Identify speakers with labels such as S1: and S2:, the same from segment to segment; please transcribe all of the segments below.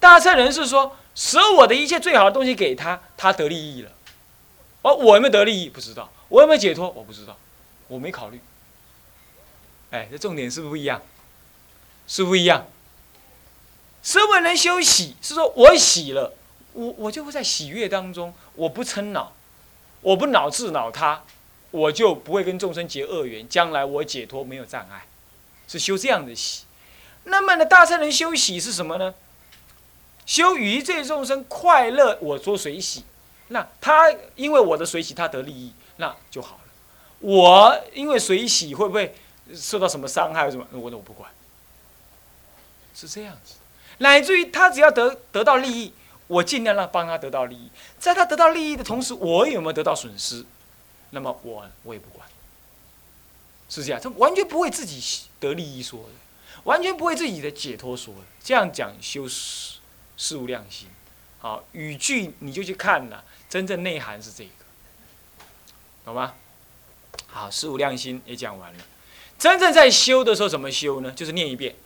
S1: 大乘人是说，舍我的一切最好的东西给他，他得利益了。我有没有得利益？不知道。我有没有解脱？我不知道，我没考虑。哎，这重点是不是不一样？是不是不一样？舍我人修喜，是说我喜了，我就会在喜悦当中，我不嗔恼，我不恼自恼他，我就不会跟众生结恶缘，将来我解脱没有障碍，是修这样的喜。那么呢，大乘人修喜是什么呢？修与这众生快乐，我说随喜，那他因为我的随喜，他得利益，那就好了。我因为随喜会不会受到什么伤害？什么？我不管，是这样子的。乃至于他只要得到利益，我尽量让帮他得到利益。在他得到利益的同时，我有没有得到损失？那么我也不管，是这样。他完全不为自己得利益说的，完全不为自己的解脱说的。这样讲修事无量心，好，语句你就去看了，真正内涵是这个，懂吗？好，事无量心也讲完了。真正在修的时候怎么修呢？就是念一遍。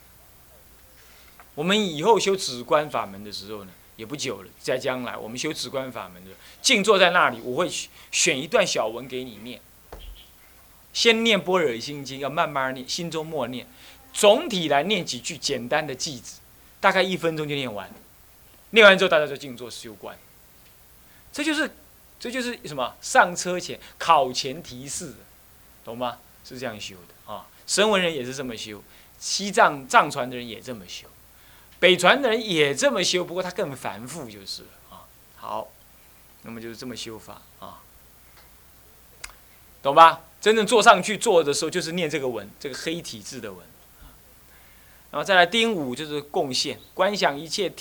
S1: 我们以后修止观法门的时候呢，也不久了，在将来我们修止观法门的，静坐在那里，我会选一段小文给你念。先念般若心经，要慢慢念，心中默念。总体来念几句简单的句子，大概1分钟就念完。念完之后，大家就静坐修观。这就是什么？上车前考前提示，懂吗？是这样修的啊。声闻人也是这么修，西藏藏传的人也这么修。北传的人也这么修，不过他更繁复就是了啊。好，那么就是这么修法啊，懂吧？真正坐上去坐的时候，就是念这个文，这个黑体字的文。然后再来丁5就是贡献，观想一切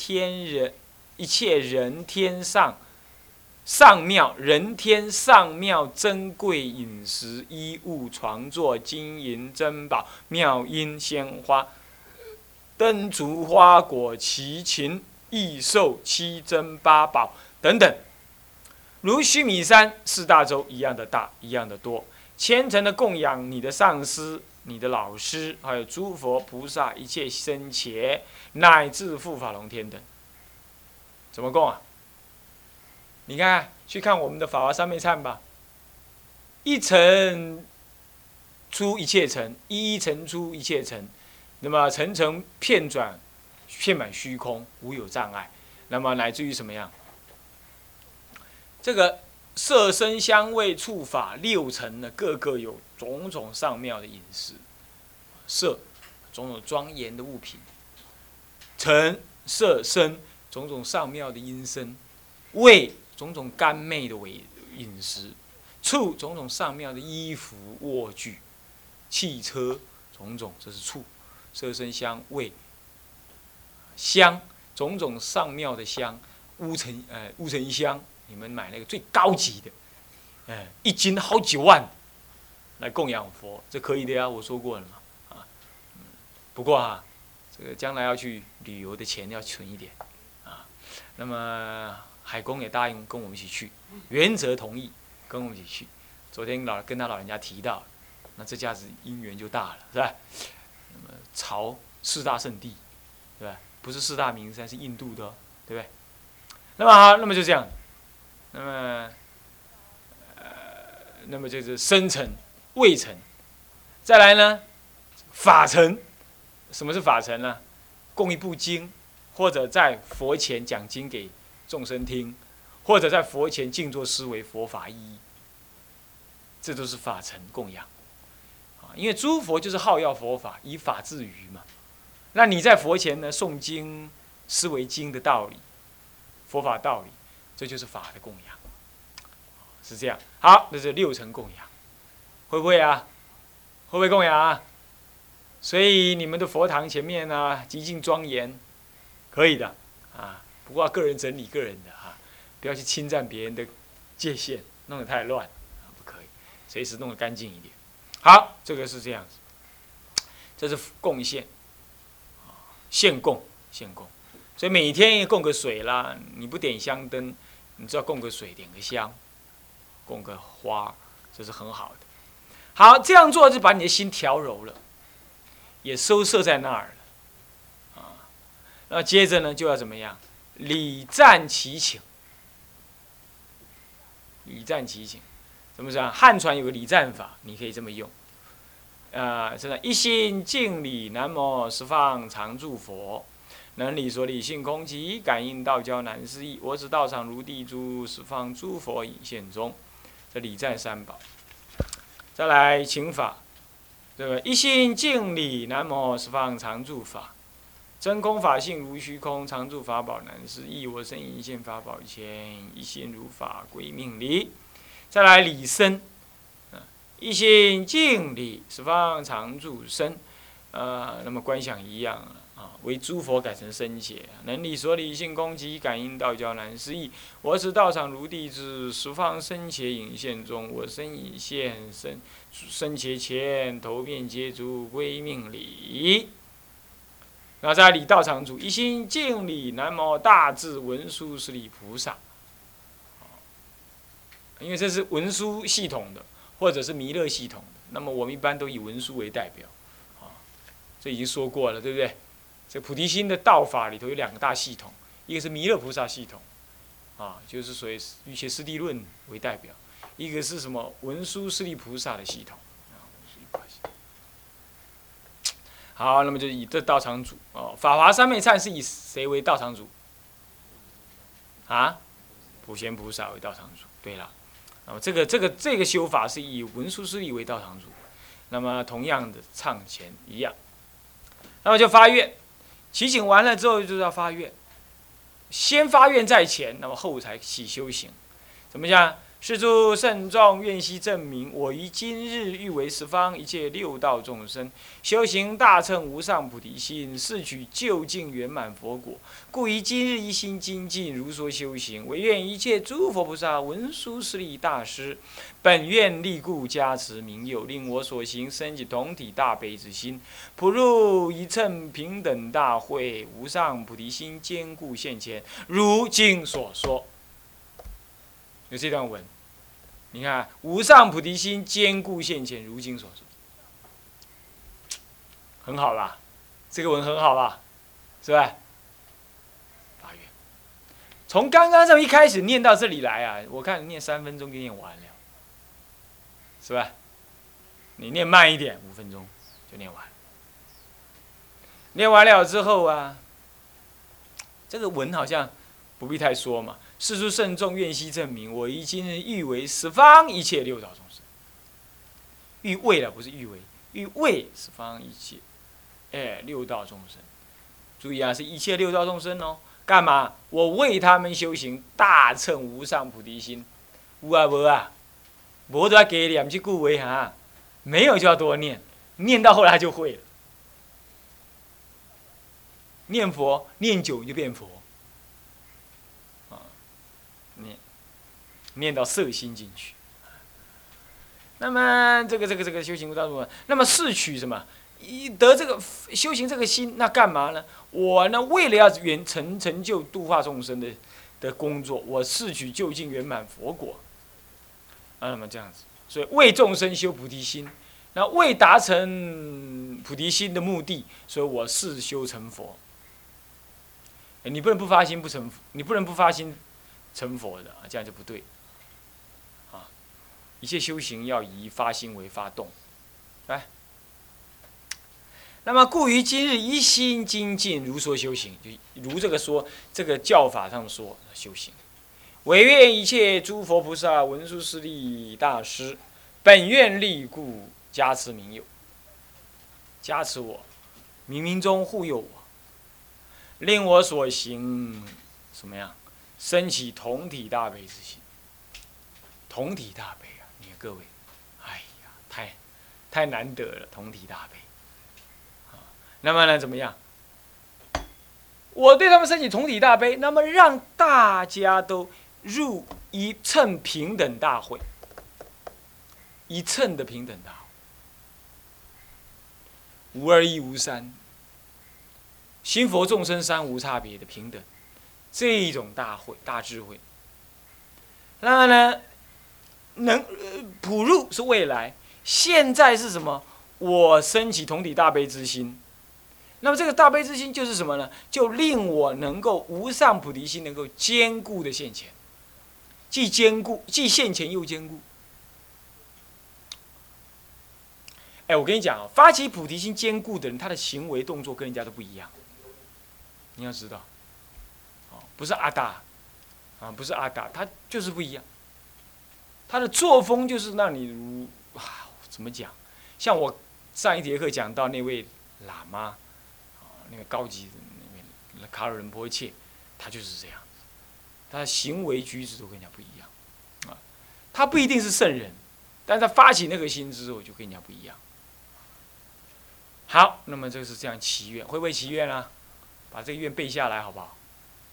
S1: 人天上妙人天上妙珍贵饮食衣物床座金银珍宝妙音鲜花。灯烛花果奇禽异兽七珍八宝等等，如须弥山4大洲一样的大，一样的多。虔诚的供养你的上师、你的老师，还有诸佛菩萨、一切僧伽，乃至护法龙天等。怎么供啊？你看，去看我们的《法华三昧忏》吧。一尘出一切尘，一尘出一切尘。那么层层遍转，遍满虚空，无有障碍。那么乃至于什么样？这个色声香味触法6层呢，各个有种种上妙的饮食。色，种种庄严的物品；尘，色声，种种上妙的音声；味，种种甘美的饮食；触，种种上妙的衣服卧具；汽车，种种，这是触。色声香味香，种种上妙的香，乌尘香，你们买那个最高级的，1斤好几万，来供养佛，这可以的呀，我说过了嘛，啊，不过啊，这个将来要去旅游的钱要存一点，啊，那么海公也答应跟我们一起去，原则同意跟我们一起去，昨天跟他老人家提到，那这下子因缘就大了，是吧？那么朝4大圣地，对吧？不是4大名山，是印度的，对不对？那么好，那么就这样。那么就是深层、味层，再来呢，法层。什么是法层呢？供一部经，或者在佛前讲经给众生听，或者在佛前静坐思维佛法意义，这都是法层供养。因为诸佛就是好要佛法，以法治愚嘛。那你在佛前呢诵经、思维经的道理、佛法道理，这就是法的供养，是这样。好，这是6层供养，会不会啊？会不会供养啊？所以你们的佛堂前面呢，极尽庄严，可以的啊。不过个人整理个人的啊，不要去侵占别人的界限，弄得太乱，不可以。随时弄得干净一点。好，这个是这样子，这是贡献，献供，所以每天供个水啦，你不点香灯，你只要供个水，点个香，供个花，这是很好的。好，这样做就把你的心调柔了，也收摄在那儿了， 那接着呢，就要怎么样？礼赞其请。礼赞其请，怎么讲？汉传有个礼赞法，你可以这么用。是的，一心敬礼，南无十方常住佛。能理所理性空寂，感应道交难思议。我执道场如地珠，十方诸佛引现中。这礼赞三宝。再来请法，这个一心敬礼，南无十方常住法。真空法性如虚空，常住法宝难思议。我身一现法宝前，一心如法归命礼。再来礼身，一心敬礼，十方常住身。那么观想一样啊，为诸佛改成身解，能理所理性空寂，感应道交难思议。我执道场如地支，十方身且引现中。我身已现身且前，头遍皆足归命礼。然后再礼道场主，一心敬礼，南无大智文殊师利菩萨。因为这是文殊系统的，或者是弥勒系统的，那么我们一般都以文殊为代表。这已经说过了，对不对？这菩提心的道法里头有两个大系统，一个是弥勒菩萨系统，就是所谓《瑜伽师地论》为代表；一个是什么文殊师利菩萨的系统。好，那么就以这道场主法华三昧忏是以谁为道场主？普贤菩萨为道场主。对了，那么这个修法是以文殊师利为道场主。那么同样的唱前一样。那么就发愿，祈请完了之后就是要发愿，先发愿在前，那么后才起修行。怎么讲？是诸圣众愿悉证明，我于今日欲为十方一切六道众生修行大乘无上菩提心，是取究竟圆满佛果。故于今日一心精进，如说修行，唯愿一切诸佛菩萨、文殊师利大师，本愿力故加持明佑，令我所行升起同体大悲之心，普入一乘平等大会，无上菩提心坚固现前，如经所说。有这段文，你看无上菩提心坚固现前，如经所说，很好吧？这个文很好吧？是吧？发愿，从刚刚这么一开始念到这里来啊，我看念3分钟就念完了，是吧？你念慢一点，5分钟就念完。念完了之后啊，这个文好像不必太说嘛。是诸圣众愿悉证明，我于今日欲为十方一切六道众生。欲为了不是欲为，欲为十方一切，六道众生。注意啊，是一切六道众生哦。干嘛？我为他们修行大乘无上菩提心。有啊无啊？无就要加念这句话哈，没有就要多念，念到后来就会了。念佛念久你就变佛。念到色心进去，那么这个修行当中，那么是取什么？得这个修行这个心，那干嘛呢？我呢，为了要成就度化众生的工作，我是取究竟圆满佛果。那么这样子，所以为众生修菩提心，那为达成菩提心的目的，所以我是修成佛。你不能不发心不成佛，你不能不发心成佛的，这样就不对。一切修行要以发心为发动，来。那么故于今日一心精进，如说修行，就如这个说这个教法上说修行，唯愿一切诸佛菩萨、文殊师利大师，本愿力故加持明佑，加持我，冥冥中护佑我，令我所行什么样，升起同体大悲之心，同体大悲。各位，哎呀，太难得了，同体大悲。那么呢，怎么样？我对他们升起同体大悲，那么让大家都入一乘平等大会，一乘的平等大会，无二亦无三，心佛众生三无差别的平等，这一种大会大智慧。那么呢？普入是未来，现在是什么？我升起同体大悲之心， 那么这个大悲之心就是什么呢？就令我能够无上菩提心能够坚固的现前，既坚固既现前又坚固。哎，我跟你讲啊，发起菩提心坚固的人，他的行为动作跟人家都不一样。你要知道，哦，不是阿达，啊，不是阿达，他就是不一样。他的作风就是让你怎么讲？像我上一节课讲到那位喇嘛，啊，那个高级的那位卡尔仁波切，他就是这样，他的行为举止都跟人家不一样，啊，他不一定是圣人，但是他发起那个心之后就跟人家不一样。好，那么这个是这样祈愿，会不会祈愿啊？把这个愿背下来好不好？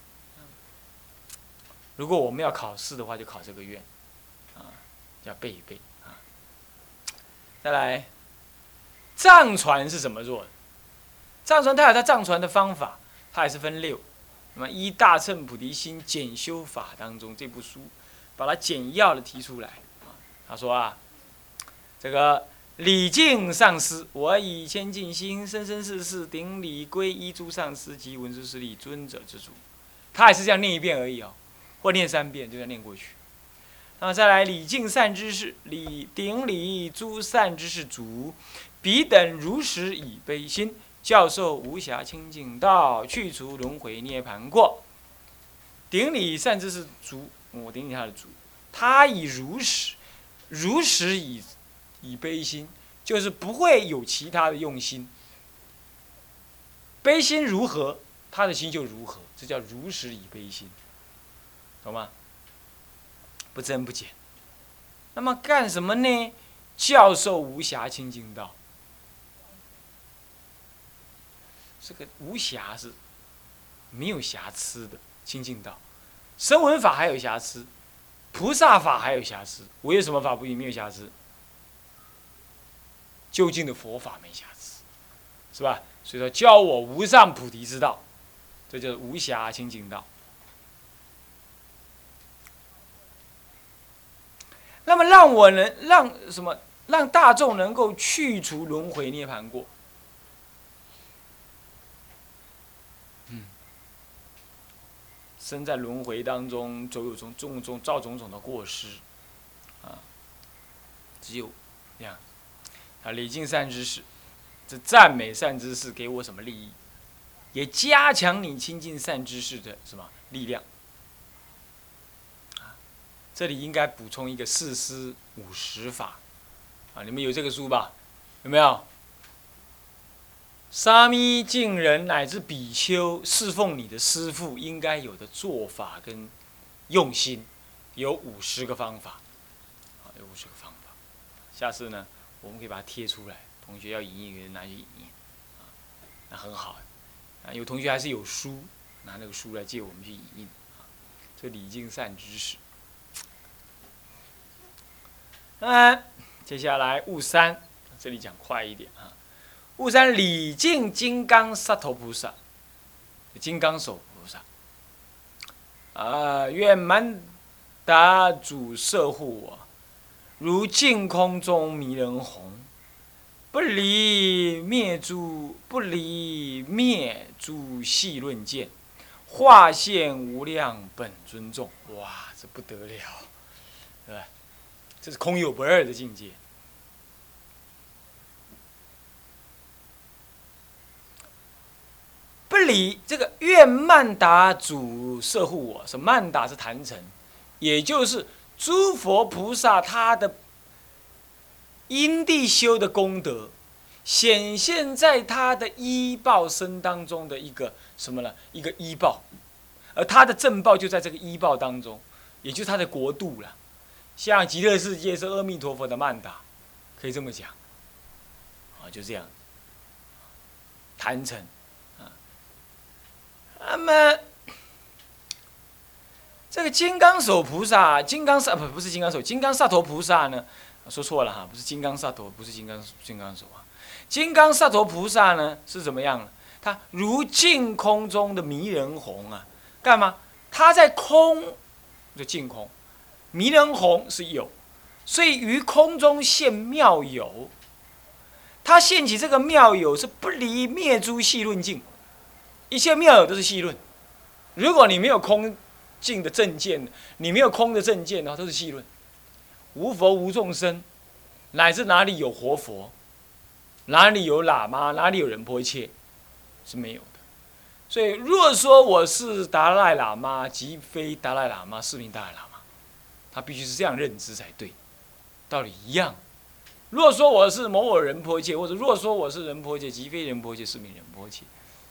S1: 如果我们要考试的话，就考这个愿，啊，要背一背啊。再来，藏传是怎么做的？藏传它有它藏传的方法，它还是分6。那么依大乘菩提心简修法当中这部书，把它简要的提出来啊。他说啊，这个礼敬上师，我以谦敬心，生生世世顶礼皈依诸上师及文殊师利尊者之主。他还是这样念一遍而已哦，或念3遍，就这样念过去。然后再来礼敬善知识，顶礼诸善知识主，彼等如实以悲心，教授无暇清净道，去除轮回涅盘过。顶礼善知识主，我顶礼他的主，他以如实以悲心，就是不会有其他的用心。悲心如何，他的心就如何，这叫如实以悲心，懂吗？不增不减。那么干什么呢？教授无暇清净道。这个无瑕是没有瑕疵的清净道，声闻法还有瑕疵，菩萨法还有瑕疵，唯有什么法不没有瑕疵？究竟的佛法没瑕疵，是吧？所以说教我无上菩提之道，这就是无瑕清净道。那么让我能让什么？让大众能够去除轮回涅盘过。生在轮回当中，造种种的过失，啊，只有这样。啊，礼敬善知识，这赞美善知识给我什么利益？也加强你亲近善知识的什么力量？啊，这里应该补充一个四师50法，啊，你们有这个书吧？有没有？沙弥敬人乃至比丘侍奉你的师父应该有的做法跟用心，有50个方法，啊，有50个方法。下次呢，我们可以把它贴出来，同学要引印，给拿去引印，啊，那很好。啊，有同学还是有书，拿那个书来借我们去引印，啊，这礼敬善知识。接下来悟3，这里讲快一点啊。悟3礼敬金刚萨埵菩萨，金刚手菩萨。愿曼达主摄护我，如净空中迷人红，不离灭诸细论见，化现无量本尊众。哇，这不得了，对吧？这是空有不二的境界。不离这个愿曼达主摄护我，是曼达是坛城，也就是诸佛菩萨他的因地修的功德，显现在他的依报身当中的一个什么呢？一个依报，而他的正报就在这个依报当中，也就是他的国度了。像极乐世界是阿弥陀佛的曼达，可以这么讲，啊，就这样，坛城。那么，这个金刚手菩萨，不是金刚手，金刚萨埵菩萨呢？说错了哈，不是金刚萨埵，不是金刚手啊。金刚萨埵菩萨呢是怎么样呢？他如净空中的迷人红啊，干嘛？他在空，就净空，迷人红是有，所以于空中现妙有。 他现起这个妙有是不离灭诸细论境，一切妙有都是细论。如果你没有空境的正见，你没有空的正见的话，都是细论。无佛无众生，乃至哪里有活佛，哪里有喇嘛，哪里有仁波切，是没有的。所以，若说我是达赖喇嘛，即非达赖喇嘛，是名达赖喇嘛，他必须是这样认知才对，道理一样。若说我是某某仁波切，或者若说我是仁波切，即非仁波切，是名仁波切，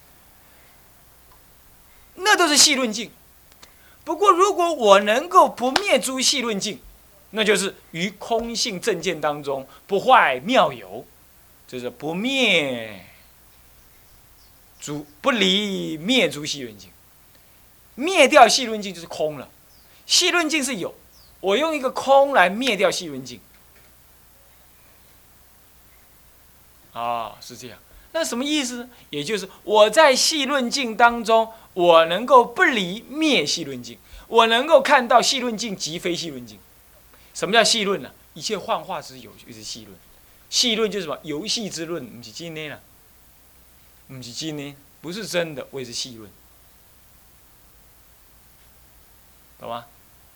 S1: 那都是细论境。不过，如果我能够不灭诸细论境，那就是于空性正见当中不坏妙有，就是不灭诸不离灭诸细论境。灭掉细论境就是空了，细论境是有，我用一个空来灭掉细论境。是这样。那什么意思呢？也就是我在细论境当中，我能够不离灭细论境，我能够看到细论境即非细论境。什么叫细论呢？一切幻化之有就是细论。细论就是什么？游戏之论，不是真的啦，不是真的，不是真的，谓之细论，懂吗？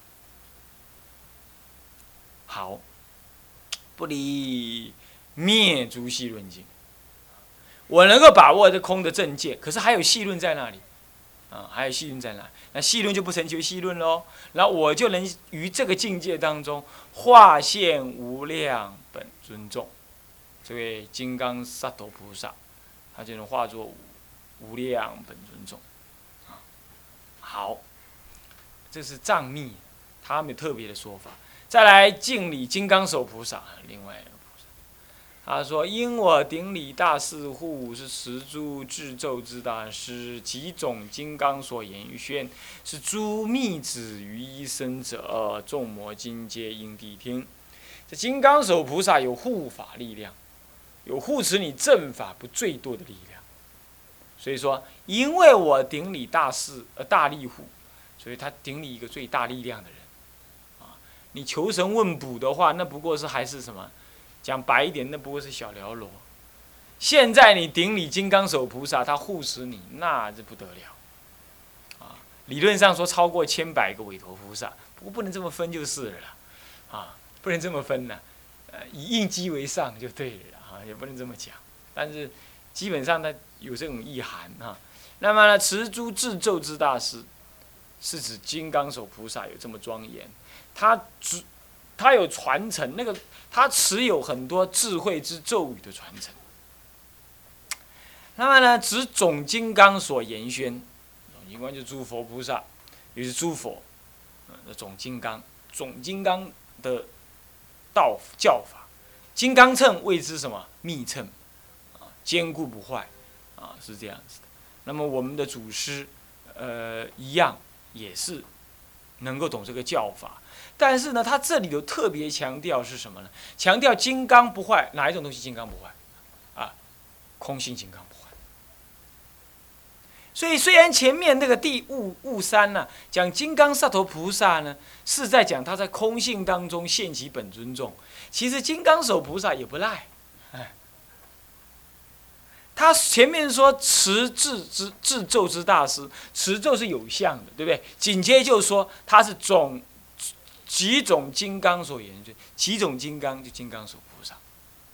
S1: 好，不离灭诸细论境。我能够把握这空的正见，可是还有细论在那里，还有细论在那，那细论就不成就细论喽。然后我就能于这个境界当中化现无量本尊重，这位金刚萨埵菩萨，他就能化作无量本尊重。好，这是藏密，他们有特别的说法。再来敬礼金刚手菩萨，另外。他说：“因我顶礼大士护，是十诸智咒之大师，几种金刚所言宣，是诸密子于一身者，众魔金皆应谛听。”这金刚手菩萨有护法力量，有护持你正法不坠堕的力量。所以说，因为我顶礼大士大力护，所以他顶礼一个最大力量的人。你求神问卜的话，那不过是还是什么？讲白一点，那不过是小喽啰。现在你顶礼金刚手菩萨，他护持你，那是不得了。理论上说超过1,100个韦陀菩萨，不过不能这么分就是了啦。不能这么分呢。以应机为上就对了也不能这么讲。但是基本上它有这种意涵那么呢，持诸智咒之大师，是指金刚手菩萨有这么庄严，他有传承，他持有很多智慧之咒语的传承。那么呢，指总金刚所言宣，总金刚就是诸佛菩萨，也是诸佛的总金刚，总金刚的教法，金刚乘谓之什么？密乘坚固不坏是这样子的。那么我们的祖师一样也是能够懂这个教法。但是呢，他这里头特别强调是什么呢？强调金刚不坏，哪一种东西金刚不坏？空性金刚不坏。所以虽然前面那个第悟三呢，讲金刚萨埵菩萨呢，是在讲他在空性当中现其本尊重，其实金刚手菩萨也不赖。他前面说持智咒之大师，持咒是有相的，对不对？紧接就说他是几种金刚所言宣，几种金刚就金刚手菩萨，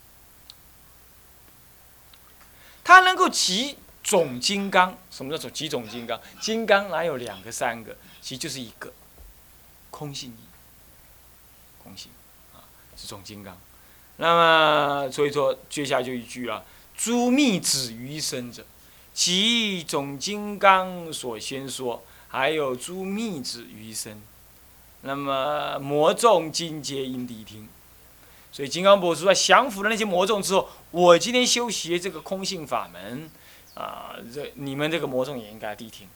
S1: 他能够几种金刚。什么叫几种金刚？金刚哪有2个3个？其实就是一个空性义，空性是种金刚。那么所以说接下来就一句了：诸密子于一身者，其种金刚所宣说，还有诸密子于一身。那么魔众尽皆应谛听。所以金刚博士在降服了那些魔众之后，我今天修习这个空性法门你们这个魔众也应该谛听。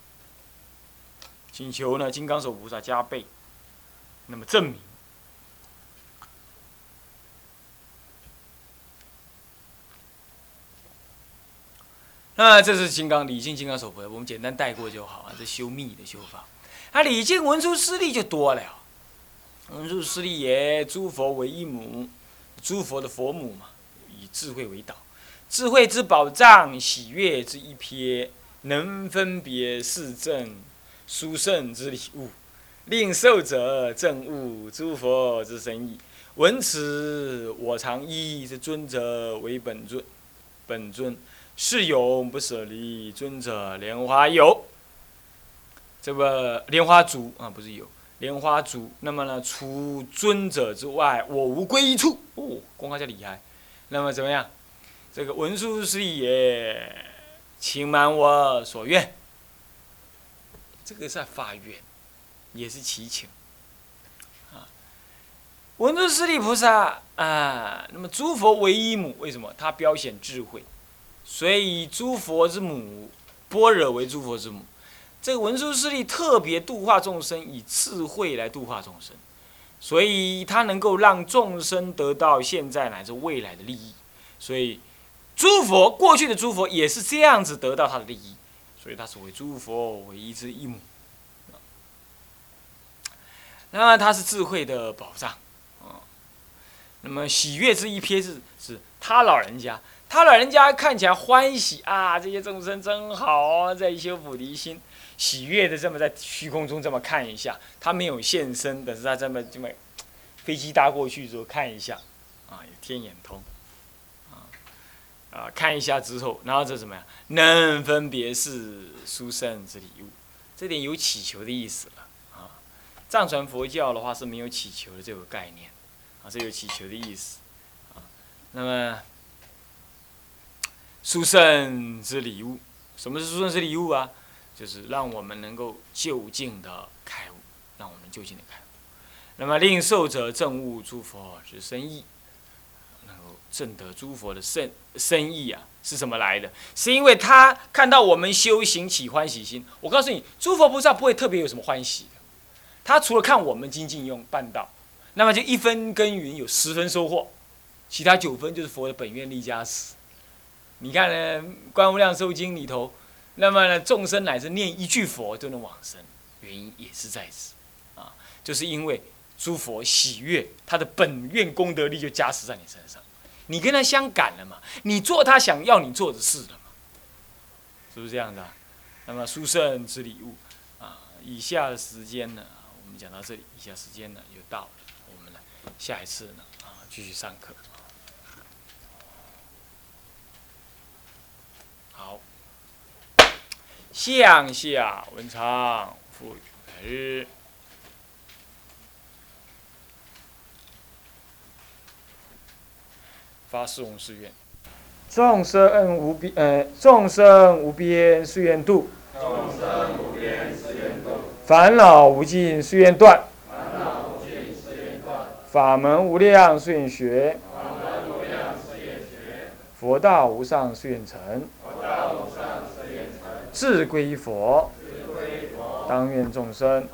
S1: 请求呢金刚手菩萨加倍那么证明。那这是礼敬金刚手菩萨，我们简单带过就好这修密的修法。礼敬文殊师利就多了。文殊师利也，诸佛为一母，诸佛的佛母嘛， 以智慧为导。智慧之宝藏，喜悦之一瞥，能分别是正殊胜之礼物，令受者证悟诸佛之深意。闻此，我常依之尊者为本尊，是永不舍离尊者莲花有。这个莲花足啊，不是有莲花足。那么呢，除尊者之外，我无归依处。哦，公开较厉害。那么怎么样？这个文殊师利也，请满我所愿。这个是在发愿，也是祈请。啊，文殊师利菩萨啊，那么诸佛唯一母，为什么？他标显智慧，所以以诸佛之母般若为诸佛之母。这个文殊师利特别度化众生，以智慧来度化众生，所以他能够让众生得到现在乃至未来的利益。所以诸佛过去的诸佛也是这样子得到他的利益，所以他是为诸佛唯一之一母。那么他是智慧的宝藏，那么喜悦之一瞥是他老人家，他老人家看起来欢喜啊，这些众生真好啊，在修菩提心，喜悦的这么在虚空中这么看一下，他没有现身，但是他这么飞机搭过去之后看一下，啊，有天眼通。看一下之后，然后这怎么样？能分别是殊胜之礼物，这点有祈求的意思了啊。藏传佛教的话是没有祈求的这个概念，啊，这有祈求的意思啊。那么殊胜之礼物，什么是殊胜之礼物啊？就是让我们能够就近的开悟，让我们就近的开悟。那么令受者证悟诸佛之深意。证得诸佛的深意啊，是什么来的？是因为他看到我们修行起欢喜心。我告诉你，诸佛菩萨不会特别有什么欢喜的，他除了看我们精进用办道，那么就1分耕耘有10分收获，其他9分就是佛的本愿力加持。你看呢，《观无量寿经》里头，那么呢，众生乃至念一句佛就能往生，原因也是在此啊，就是因为诸佛喜悦，他的本愿功德力就加持在你身上。你跟他相感了嘛？你做他想要你做的事了嘛？是不是这样的、啊？那么殊胜之礼物啊，以下的时间呢，我们讲到这里，以下时间呢就到了，我们呢下一次呢继续上课。好，向下文昌复日。发誓弘誓愿，众生无边誓愿度，烦恼无尽誓愿断，法门无量誓愿学，佛道无上誓愿成，志归佛，当愿众生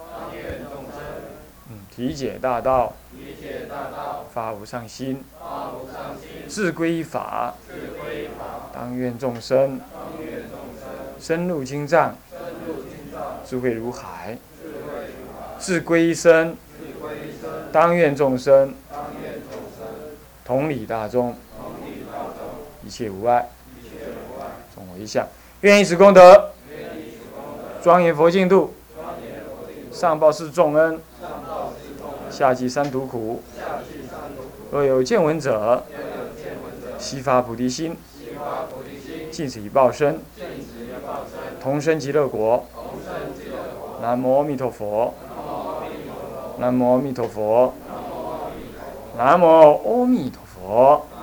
S1: 体解大道，发无上心，志归法，当愿众生深入经藏，智慧如海，志归身，当愿众生同理大众，一切无碍，众我一相，愿以此功德庄严佛净土，上报四重恩，下济三途苦。若有见闻者，悉发菩提心，尽此一报身，同生极乐国。南无阿弥陀佛。南无阿弥陀佛。南无阿弥陀佛。